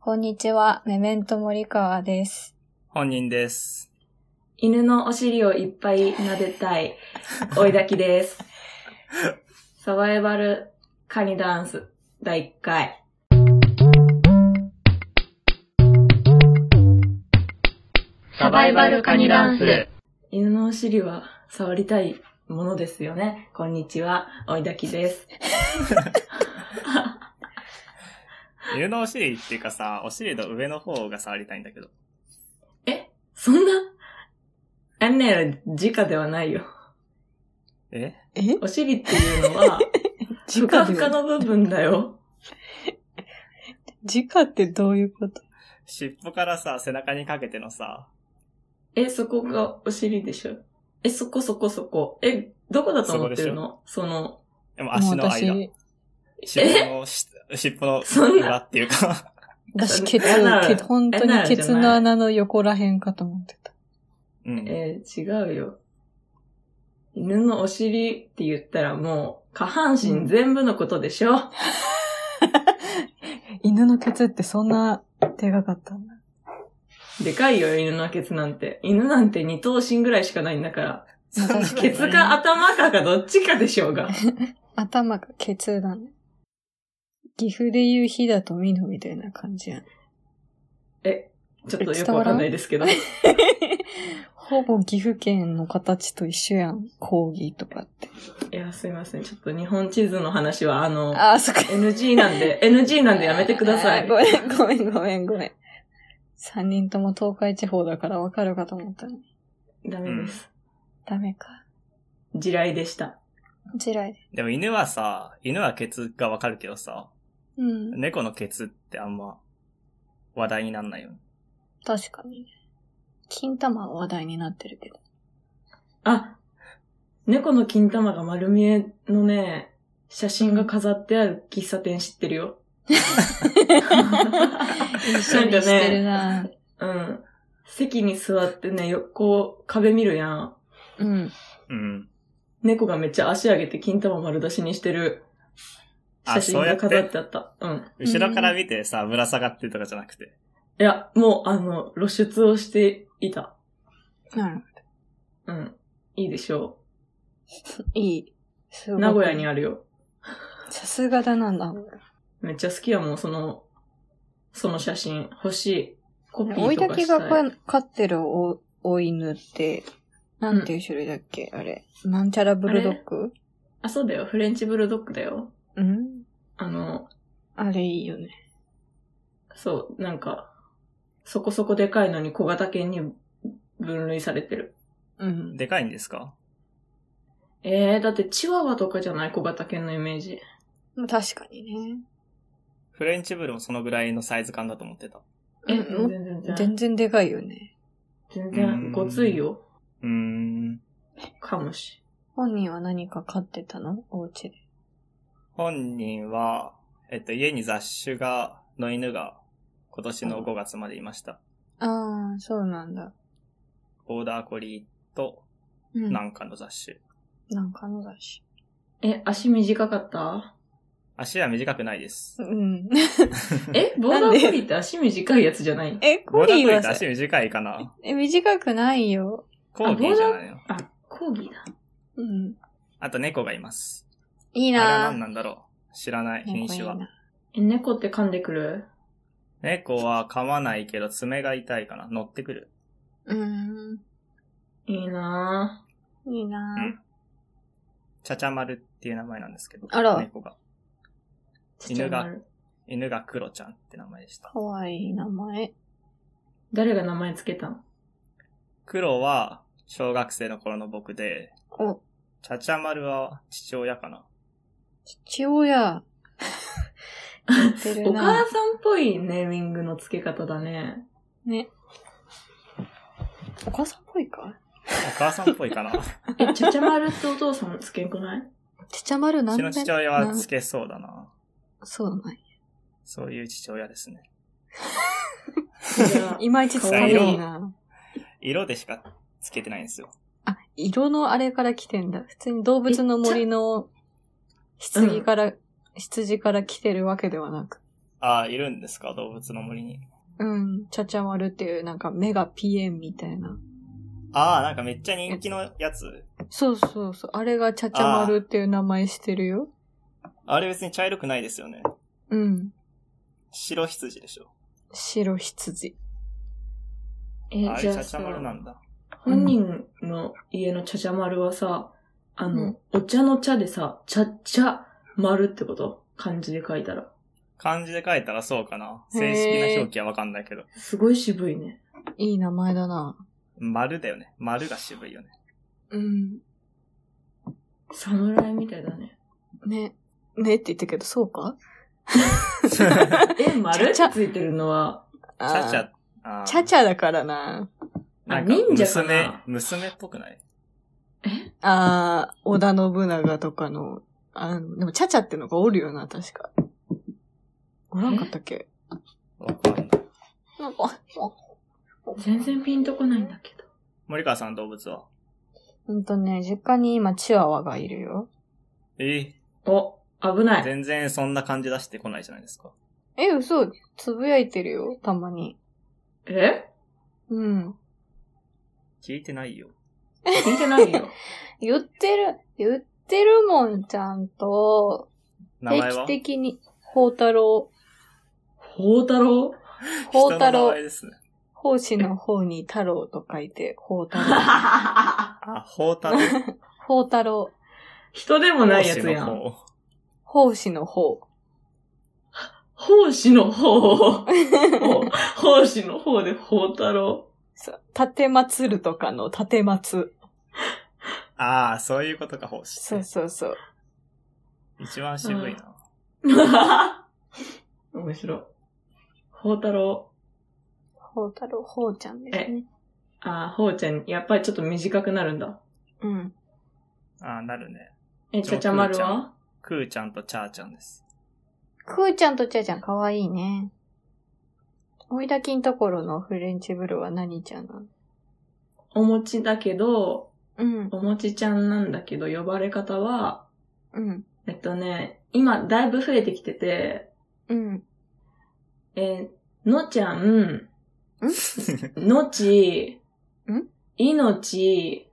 こんにちは、メメント森川です。 本人です。 犬のお尻をいっぱい撫でたい、追いだきです。サバイバルカニダンス第1回。 サバイバルカニダンス。 犬のお尻は触りたいものですよね。こんにちは、追いだきです。 犬のお尻っていうかさ、お尻の上の方が触りたいんだけど。 そんなね、直ではないよ。お尻っていうのは、ふかふかの部分だよ。 直ってどういうこと？ 尻尾からさ、背中にかけてのさ。 そこがお尻でしょ。そこ。どこだと思ってるの？ でも足の間。尻尾の裏っていうか。 私、本当にケツの穴の横らへんかと思ってた。 違うよ。犬のお尻って言ったらもう、下半身全部のことでしょ？ 犬のケツってそんなでかかったんだ。 でかいよ、犬のケツなんて。犬なんて二頭身ぐらいしかないんだから。ケツか頭かどっちかでしょうが。 頭かケツだね。岐阜で言う飛騨と美濃みたいな感じやん。 ちょっとよくわかんないですけど。 ほぼ岐阜県の形と一緒やん。講義とかって。 いや、すいません。ちょっと日本地図の話はそっか。 NG なんでやめてください。 ごめん。3人とも東海地方だからわかるかと思ったのに。 ダメです。 ダメか。 地雷でした。 地雷でも犬はケツがわかるけどさ、猫のケツってあんま話題になんないよね。 確かに。金玉は話題になってるけど。 猫の金玉が丸見えのね、写真が飾ってある喫茶店知ってるよ。 一緒にしてるな。 席に座ってね、こう壁見るやん。猫がめっちゃ足上げて金玉丸出しにしてる写真が飾ってあった。 後ろから見てさ、ぶら下がってるとかじゃなくて。 いや、もう露出をしていた。 なるほど。いいでしょう。いい。 名古屋にあるよ。 さすがだな、名古屋。 めっちゃ好きやもん、その写真。欲しい。コピーとかしたい。 追いだきが飼ってるお犬って、なんていう種類だっけ、あれ。なんちゃらブルドッグ？ そうだよ。フレンチブルドッグだよ。 あれいいよね。 そう、なんか、そこそこでかいのに小型犬に分類されてる。 でかいんですか？ だってチワワとかじゃない？小型犬のイメージ。 確かにね。 フレンチブルもそのぐらいのサイズ感だと思ってた。 全然でかいよね。 全然ごついよ。かもし。 本人は何か飼ってたの？お家で。 本人は、家に雑種の犬が今年の5月までいました。 そうなんだ。 ボーダーコリーと、なんかの雑種。 足短かった？ 足は短くないです。 ボーダーコリーって足短いやつじゃない？ コリーは足短いかな？ 短くないよ。 コーギーじゃないよ。 コーギーだ。 あと猫がいます。 いいなぁ。 あれは何なんだろう？知らない品種は。 猫って噛んでくる？ 猫は噛まないけど爪が痛いかな。乗ってくる。 いいなぁ。 ちゃちゃまるっていう名前なんですけど。猫が。犬がクロちゃんって名前でした。 かわいい名前。 誰が名前つけたの？ クロは小学生の頃の僕で、ちゃちゃまるは父親かな。 父親。 お母さんっぽいネーミングの付け方だね。 ね。お母さんっぽいか？ お母さんっぽいかな。 ちゃちゃまるってお父さんつけんくない？ ちゃちゃまるなんで？ うちの父親はつけそうだな。 そうなんや。 そういう父親ですね。 いまいち使えるな。 色でしかつけてないんですよ。 色のあれから来てんだ。普通に動物の森の羊から来てるわけではなく。 ああ、いるんですか動物の森に。 うん。ちゃちゃ丸っていう、なんか目がピエンみたいな。 ああ、なんかめっちゃ人気のやつ。 そうそうそう。あれがちゃちゃ丸っていう名前してるよ。 あれ別に茶色くないですよね。 うん。 白羊でしょ。 白羊。 あれちゃちゃ丸なんだ。 本人の家のちゃちゃ丸はさ、お茶の茶でさ、ちゃっちゃ丸ってこと？漢字で書いたら。 漢字で書いたらそうかな。正式な表記はわかんないけど。 すごい渋いね。 いい名前だな。 丸だよね。丸が渋いよね。 うん。 侍みたいだね。 ねって言ったけど、そうか丸ってついてるのは。 ちゃちゃ。 ちゃちゃだからな。 なんか忍者かな？ 娘っぽくない？ 織田信長とかの、でもちゃちゃってのがおるよな、確か。おらんかったっけ？ わかんない。 なんか、 全然ピンとこないんだけど。 森川さん動物は？ 実家に今チワワがいるよ。 お、危ない。 全然そんな感じ出してこないじゃないですか。 嘘。つぶやいてるよ、たまに。 うん。 聞いてないよ。 聞いてないよ。 言ってるもん、ちゃんと。 名前は？ 定期的に、宝太郎。 宝太郎？ 宝太郎。人の名前ですね。 奉仕の方に太郎と書いて、宝太郎。 宝太郎。 宝太郎。 人でもないやつやん。 奉仕の方。 奉仕の方。奉仕の方で宝太郎。 立てまつるとかの立てまつ。 そういうことか、奉仕。 そう。 一番渋いな。 面白い。宝太郎。 ほうちゃんですね。 ほうちゃん、やっぱりちょっと短くなるんだ。 うん。 なるね。 ちゃちゃ丸は？ くーちゃんとちゃーちゃんです。 くーちゃんとちゃーちゃんかわいいね。おいだきんところのフレンチブルは何ちゃんなの？ お餅だけど、 お餅ちゃんなんだけど、呼ばれ方は、今だいぶ増えてきてて、のちゃん、のち、いのち、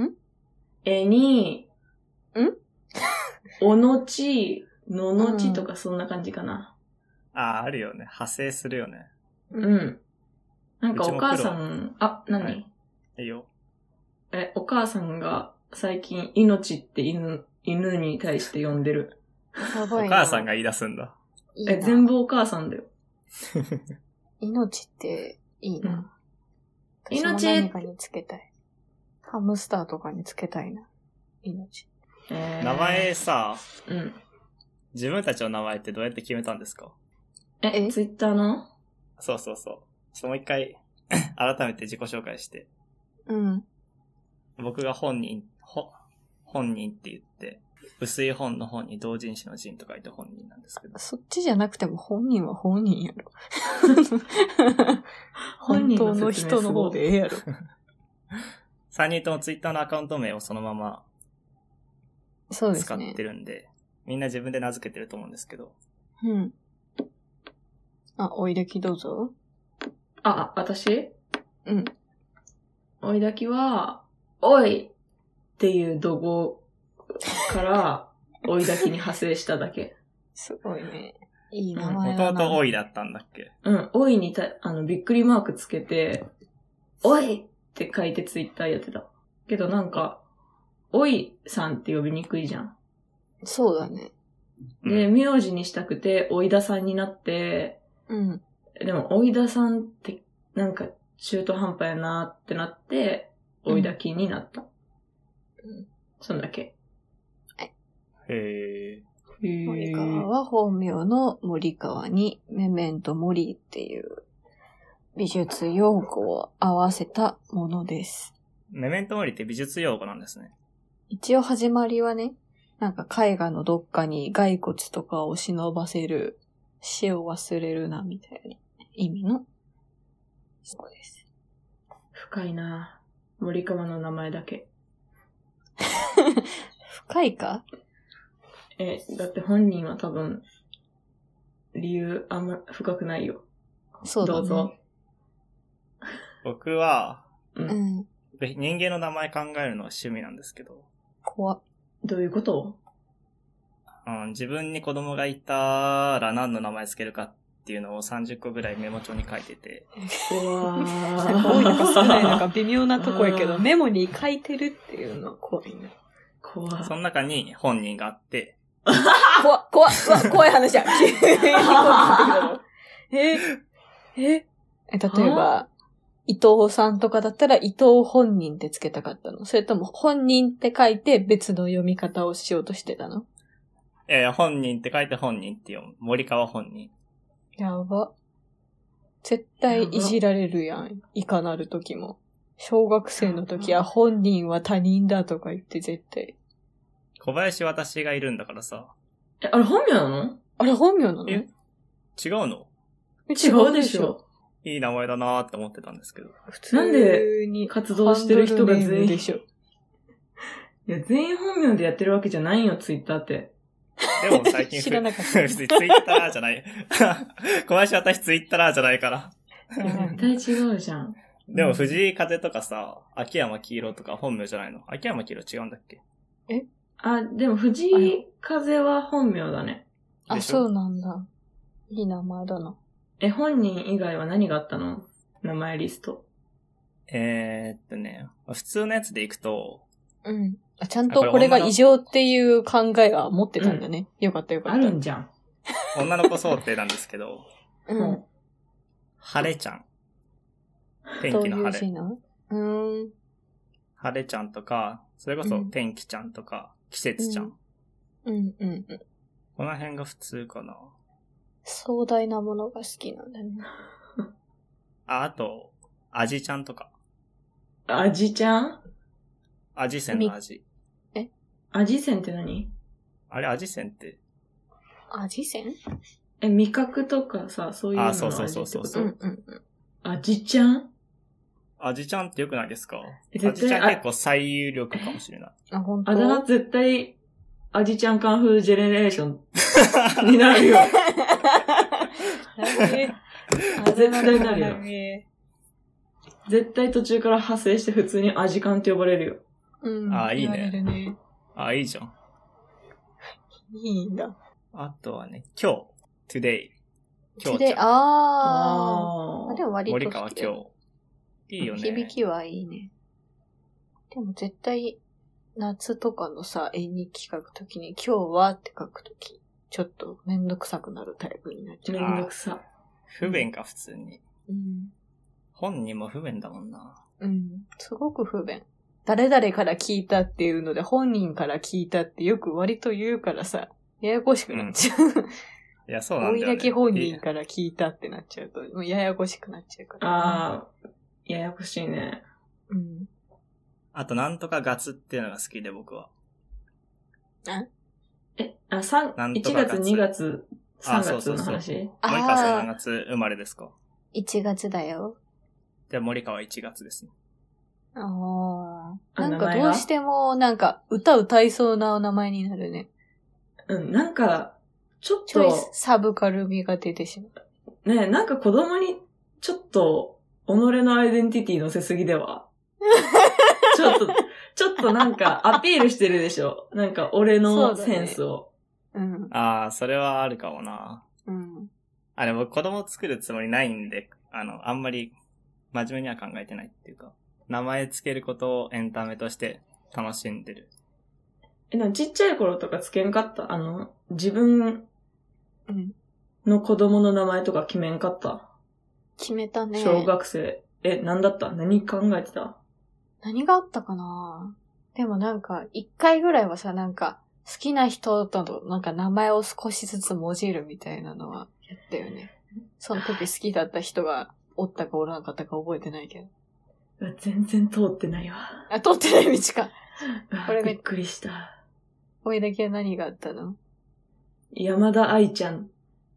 に、おのち、ののちとかそんな感じかな。 あるよね。派生するよね。 なんかお母さん、何？ いいよ。 お母さんが最近、命って犬に対して呼んでる。 お母さんが言い出すんだ。 全部お母さんだよ。 命っていいな。命何かにつけたい。ハムスターとかにつけたいな。命。 名前さ、自分たちの名前ってどうやって決めたんですか？ ツイッターの？ そう。ちょっともう一回、改めて自己紹介して。僕が本人って言って、薄い本の本に同人誌の人と書いて本人なんですけど。 そっちじゃなくても本人は本人やろ。本当の人の方でやろ。 3人ともツイッターのアカウント名をそのまま使ってるんで、みんな自分で名付けてると思うんですけど。 おいだきどうぞ。 私？おいだきは、おいっていう怒号から、おいだきに派生しただけ。 すごいね。いい名前だな。 もともとおいだったんだっけ？ おいにびっくりマークつけて、おいって書いてツイッターやってた。けどなんか、おいさんって呼びにくいじゃん。 そうだね。 で、名字にしたくて、おいださんになって、でも、おいださんって、なんか、中途半端やなってなって、おいだきになった。そんだけ。 森川は本名の森川にメメントモリっていう美術用語を合わせたものです。 メメントモリって美術用語なんですね。 一応始まりはね、なんか絵画のどっかに骸骨とかを忍ばせる、死を忘れるなみたいな意味のそうです。 深いな森川の名前だけ。 深いか？ だって本人は多分、 理由あんま深くないよ。 そうだね。 どうぞ。 僕は、 うん。 人間の名前考えるのが趣味なんですけど。 怖っ。 どういうこと？ 自分に子供がいたら何の名前つけるかっていうのを30個ぐらいメモ帳に書いてて。 怖なんか多いのか少ないのか微妙なとこやけど、メモに書いてるっていうのは怖いね。 怖い。 その中に本人があって。 怖い話や。例えば、伊藤さんとかだったら伊藤本人ってつけたかったの？それとも本人って書いて別の読み方をしようとしてたの？ 本人って書いて本人って読む。森川本人。 やば。絶対いじられるやん。いかなる時も。小学生の時は本人は他人だとか言って絶対。 小林私がいるんだからさ。 あれ本名なの？ あれ本名なの？ 違うの？ 違うでしょ。 いい名前だなーって思ってたんですけど。 普通に活動してる人が全員でしょ。 いや、全員本名でやってるわけじゃないよ、ツイッターって。 でも最近知らなかった。 ツイッターじゃない。小林私ツイッターじゃないから。 絶対違うじゃん。 でも藤井風とかさ、秋山黄色とか本名じゃないの？秋山黄色違うんだっけ？ でも藤井風は本名だね。 あ、そうなんだ。いい名前だな。 本人以外は何があったの？名前リスト。 普通のやつでいくと、 うん。ちゃんとこれが異常っていう考えは持ってたんだね。よかったよかった。 あるんじゃん。 女の子想定なんですけど、 うん。 晴れちゃん。天気の晴れ。 晴れちゃんとか、それこそ天気ちゃんとか、季節ちゃん。この辺が普通かな。 壮大なものが好きなんだね。 あと、あじちゃんとか。 あじちゃん？ あじせんのあじ。 あじせんって何？ あれ、あじせんって。 あじせん？ 味覚とかさ、そういうのの味ってこと？ そうあじちゃん？ あじちゃんって良くないですか？あじちゃん結構最有力かもしれない。 本当？ あだ名絶対、あじちゃんカンフージェネレーションになるよ。絶対なるよ。絶対途中から派生して普通にアジカンって呼ばれるよ。 いいね。いいじゃん。 いいんだ。 あとはね、今日、today。 今日ちゃん。でも割と好き。森川今日。いいよね。 響きはいいね。でも絶対、夏とかのさ、絵日記書くときに、今日はって書くとき、ちょっとめんどくさくなるタイプになっちゃう。 めんどくさ。 不便か、普通に。本人も不便だもんな。 すごく不便。誰々から聞いたっていうので、本人から聞いたってよく割と言うからさ、ややこしくなっちゃう。 いや、そうなんだよね。 追いだけ本人から聞いたってなっちゃうと、もうややこしくなっちゃうから。 ややこしいね。 あと、なんとかガツっていうのが好きで、僕は。 1月、2月、3月の話？ 森川さん何月生まれですか ？1月だよ。 じゃあ森川1月ですね。 なんかどうしても、なんか歌歌いそうなお名前になるね。 なんか、ちょっと。 ちょいサブカル味が出てしまう。ねえ、なんか子供に、ちょっと、己のアイデンティティ乗せすぎではちょっとなんかアピールしてるでしょ。なんか俺のセンスを。 それはあるかもな。でも子供作るつもりないんで、あんまり真面目には考えてないっていうか、名前つけることをエンタメとして楽しんでる。 でもちっちゃい頃とかつけんかった？自分の子供の名前とか決めんかった？ 決めたね。 小学生。何だった？何考えてた？ 何があったかな？でもなんか、一回ぐらいはさ、なんか、好きな人とのなんか名前を少しずつもじるみたいなのはやったよね。その時好きだった人がおったかおらんかったか覚えてないけど。全然通ってないわ。 通ってない道か。 これびっくりした。 おいだけは何があったの？ 山田愛ちゃん。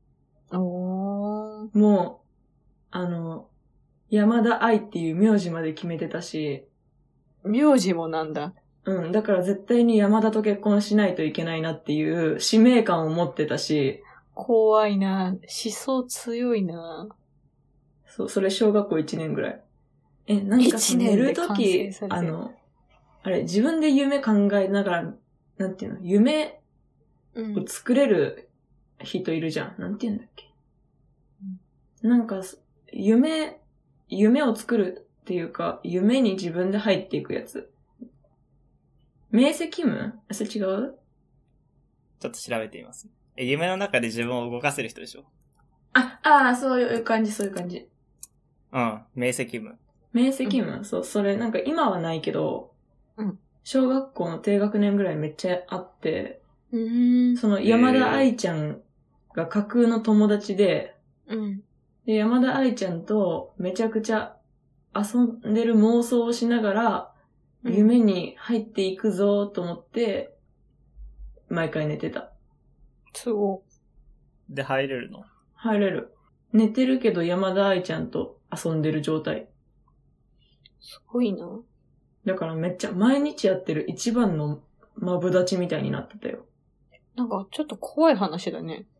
もう、山田愛っていう名字まで決めてたし。 名字もなんだ。 だから絶対に山田と結婚しないといけないなっていう使命感を持ってたし。 怖いな。思想強いな。 そう、それ小学校1年ぐらい。なんか寝るとき、あれ、自分で夢考えながら、なんていうの、夢を作れる人いるじゃん。なんていうんだっけ。なんか、夢を作るっていうか、夢に自分で入っていくやつ。明晰夢？それ違う？ ちょっと調べてみます。夢の中で自分を動かせる人でしょ？ そういう感じ、そういう感じ。 うん、明晰夢。 明晰夢、そう、それなんか今はないけど、小学校の低学年ぐらいめっちゃあって、その山田愛ちゃんが架空の友達で、で、山田愛ちゃんとめちゃくちゃ遊んでる妄想をしながら、夢に入っていくぞと思って、毎回寝てた。 すごい。で、入れるの？ 入れる。寝てるけど山田愛ちゃんと遊んでる状態。 すごいな。 だからめっちゃ毎日やってる一番のマブダチみたいになってたよ。 なんかちょっと怖い話だね。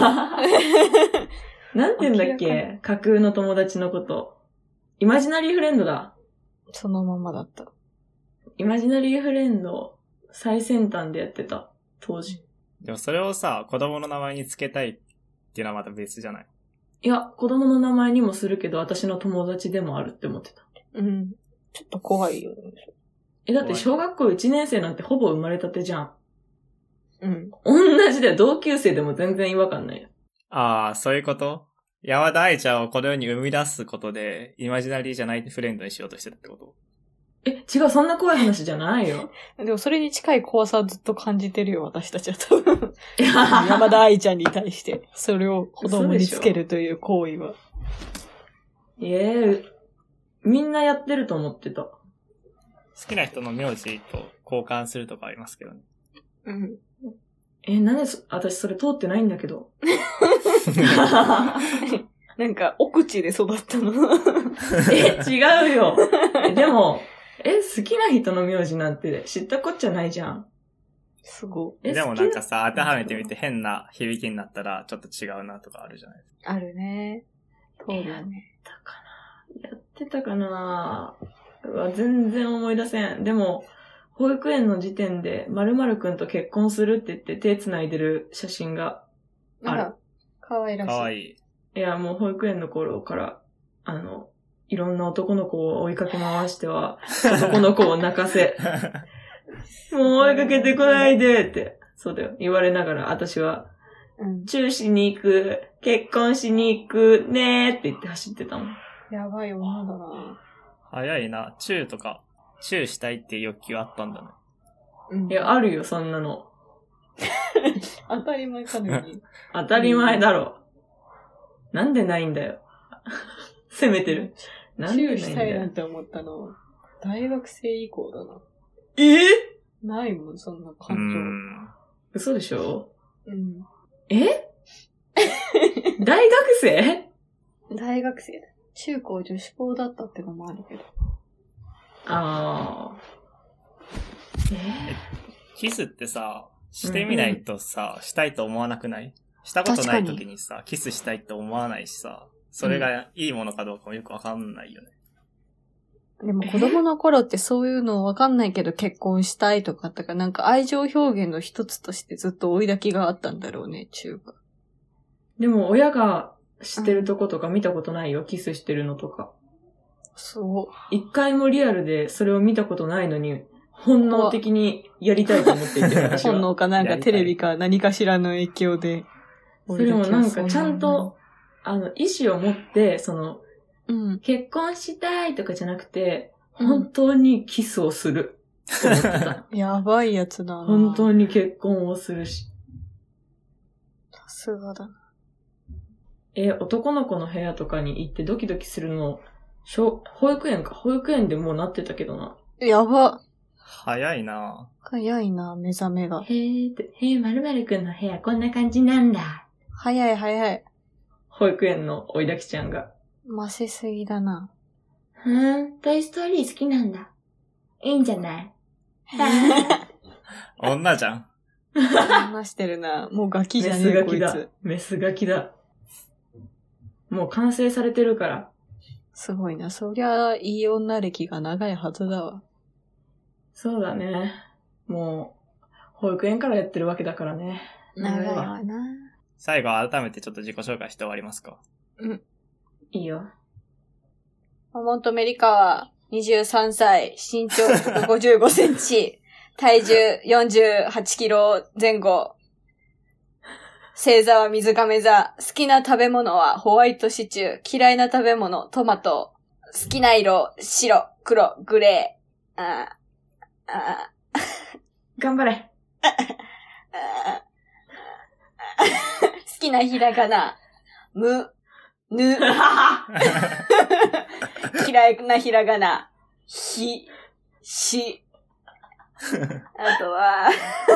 なんて言うんだっけ？架空の友達のこと。イマジナリーフレンドだ。 そのままだった。 イマジナリーフレンド、最先端でやってた、当時。 でもそれをさ、子供の名前につけたいっていうのはまた別じゃない？ いや、子供の名前にもするけど、私の友達でもあるって思ってた。 ちょっと怖いよね。 だって小学校1年生なんてほぼ生まれたてじゃん。同じだよ。同級生でも全然違和感ないよ。 ああ、そういうこと？山田愛ちゃんをこの世に生み出すことで、イマジナリーじゃないフレンドにしようとしてたってこと？ 違う、そんな怖い話じゃないよ。 でもそれに近い怖さをずっと感じてるよ、私たちは多分。山田愛ちゃんに対して、それを子供につけるという行為は。 みんなやってると思ってた。 好きな人の名字と交換するとかありますけどね。 なんで私それ通ってないんだけど。 なんか、奥地で育ったの。 違うよ。でも、好きな人の名字なんて知ったこっちゃないじゃん。 すごい。でもなんかさ、当てはめてみて変な響きになったらちょっと違うなとかあるじゃないですか。 あるね。そうだね。 やってたかな全然思い出せん。でも、保育園の時点で〇〇くんと結婚するって言って手繋いでる写真がある。 かわいらしい。 かわいい。 いや、もう保育園の頃から、いろんな男の子を追いかけ回しては、男の子を泣かせ、もう追いかけてこないでって、そうだよ、言われながら、私は、チューしに行く、結婚しに行く、ねーって言って走ってたもん。 やばい女だな。 早いな。チューしたいっていう欲求あったんだね。 いや、あるよ、そんなの。 当たり前かのに。 当たり前だろ。なんでないんだよ。責めてる。 なんでないんだよ。チューしたいなんて思ったの、大学生以降だな。ないもん、そんな感情。嘘でしょ？大学生？ 大学生だ。中高女子校だったってのもあるけど。 キスってさ、してみないとさ、したいと思わなくない？したことない時にさ、キスしたいって思わないしさ、それがいいものかどうかもよくわかんないよね。 でも子供の頃ってそういうのわかんないけど結婚したいとかとかなんか愛情表現の一つとしてずっと追い抱きがあったんだろうね、中学。 でも親が知ってるとことか見たことないよ、キスしてるのとか。 そう。 一回もリアルでそれを見たことないのに、本能的にやりたいと思っていて、私は。 本能かなんかテレビか何かしらの影響で。 それもなんかちゃんと、意思を持って、結婚したいとかじゃなくて、本当にキスをする。と思ってた。 やばいやつだな。 本当に結婚をするし。 さすがだな。 男の子の部屋とかに行ってドキドキするの、保育園でもうなってたけどな。 やば。 早いな。 早いな、目覚めが。 〇〇くんの部屋こんな感じなんだ。 早い。 保育園の追い抱きちゃんが。 ませすぎだな。 トイストーリー好きなんだ。いいんじゃない？ 女じゃん。 話してるな。もうガキじゃねえ、こいつ。 メスガキだ。もう完成されてるから。 すごいな。そりゃ、いい女歴が長いはずだわ。 そうだね。もう、保育園からやってるわけだからね。 長いわな。 最後改めてちょっと自己紹介して終わりますか。 うん。いいよ。 モントメリカは23歳、身長155センチ、体重48キロ前後。星座は水亀座。好きな食べ物はホワイトシチュー。嫌いな食べ物、トマト。好きな色、白、黒、グレー。 頑張れ。 好きなひらがな、む、ぬ。嫌いなひらがな、ひ、し。あとは、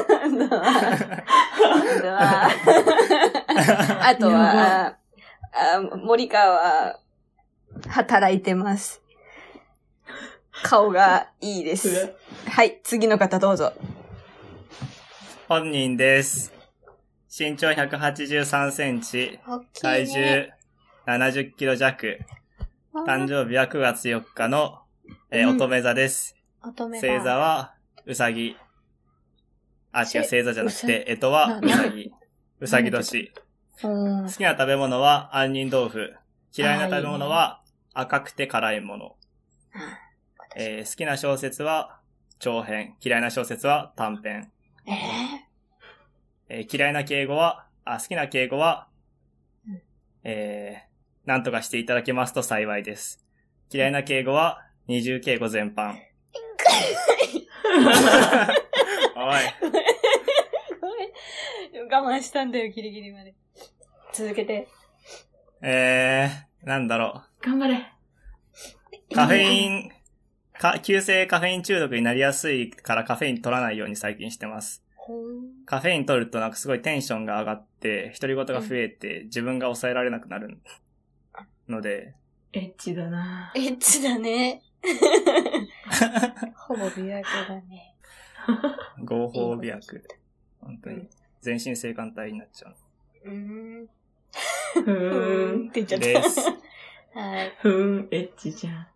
森川は、働いてます。顔がいいです。はい、次の方どうぞ。 本人です。身長183センチ、体重70キロ弱、誕生日は9月4日の、乙女座です。星座はうさぎ。違う、星座じゃなくて、干支はうさぎ。うさぎ年。好きな食べ物は杏仁豆腐。嫌いな食べ物は赤くて辛いもの。好きな小説は長編。嫌いな小説は短編。嫌いな敬語は、好きな敬語は、なんとかしていただけますと幸いです。嫌いな敬語は二重敬語全般。おい。 我慢したんだよ、ギリギリまで。続けて。 なんだろう。頑張れ。 カフェイン、急性カフェイン中毒になりやすいからカフェイン取らないように最近してます。カフェイン取るとなんかすごいテンションが上がって、独り言が増えて、自分が抑えられなくなるので。 エッチだな。 エッチだね。ほぼ美薬だね。 合法美薬。本当に。全身性感帯になっちゃう。 って言っちゃった。 です。 はい。 エッチじゃん。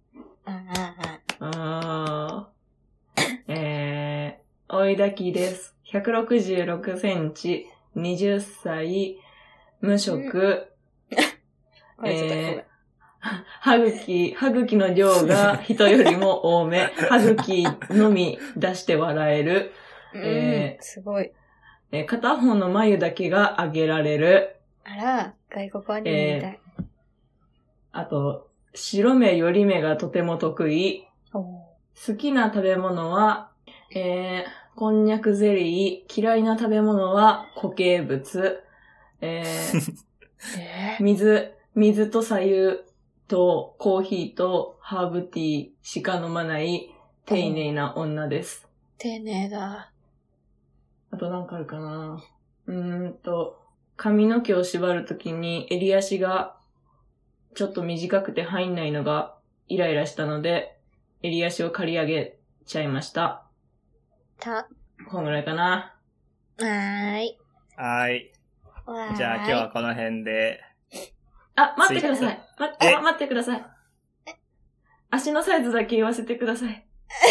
おいだきです。166センチ、20歳、無職、歯茎の量が人よりも多め、歯茎のみ出して笑える、 すごい。 片方の眉だけが上げられる。 あら、外国アニメみたい。 あと、白目より目がとても得意。好きな食べ物は、こんにゃくゼリー。嫌いな食べ物は固形物。水と左右とコーヒーとハーブティーしか飲まない丁寧な女です。 丁寧だ。 あとなんかあるかな。髪の毛を縛るときに襟足がちょっと短くて入んないのがイライラしたので、襟足を刈り上げちゃいました。こんぐらいかな。 はい。 じゃあ今日はこの辺で。 待ってください。待ってください。足のサイズだけ言わせてください。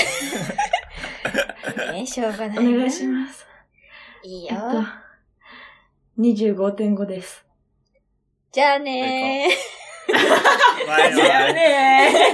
しょうがない。 お願いします。 いいよ。 25.5 です。 じゃあねー。 バイバイ。 じゃあねー。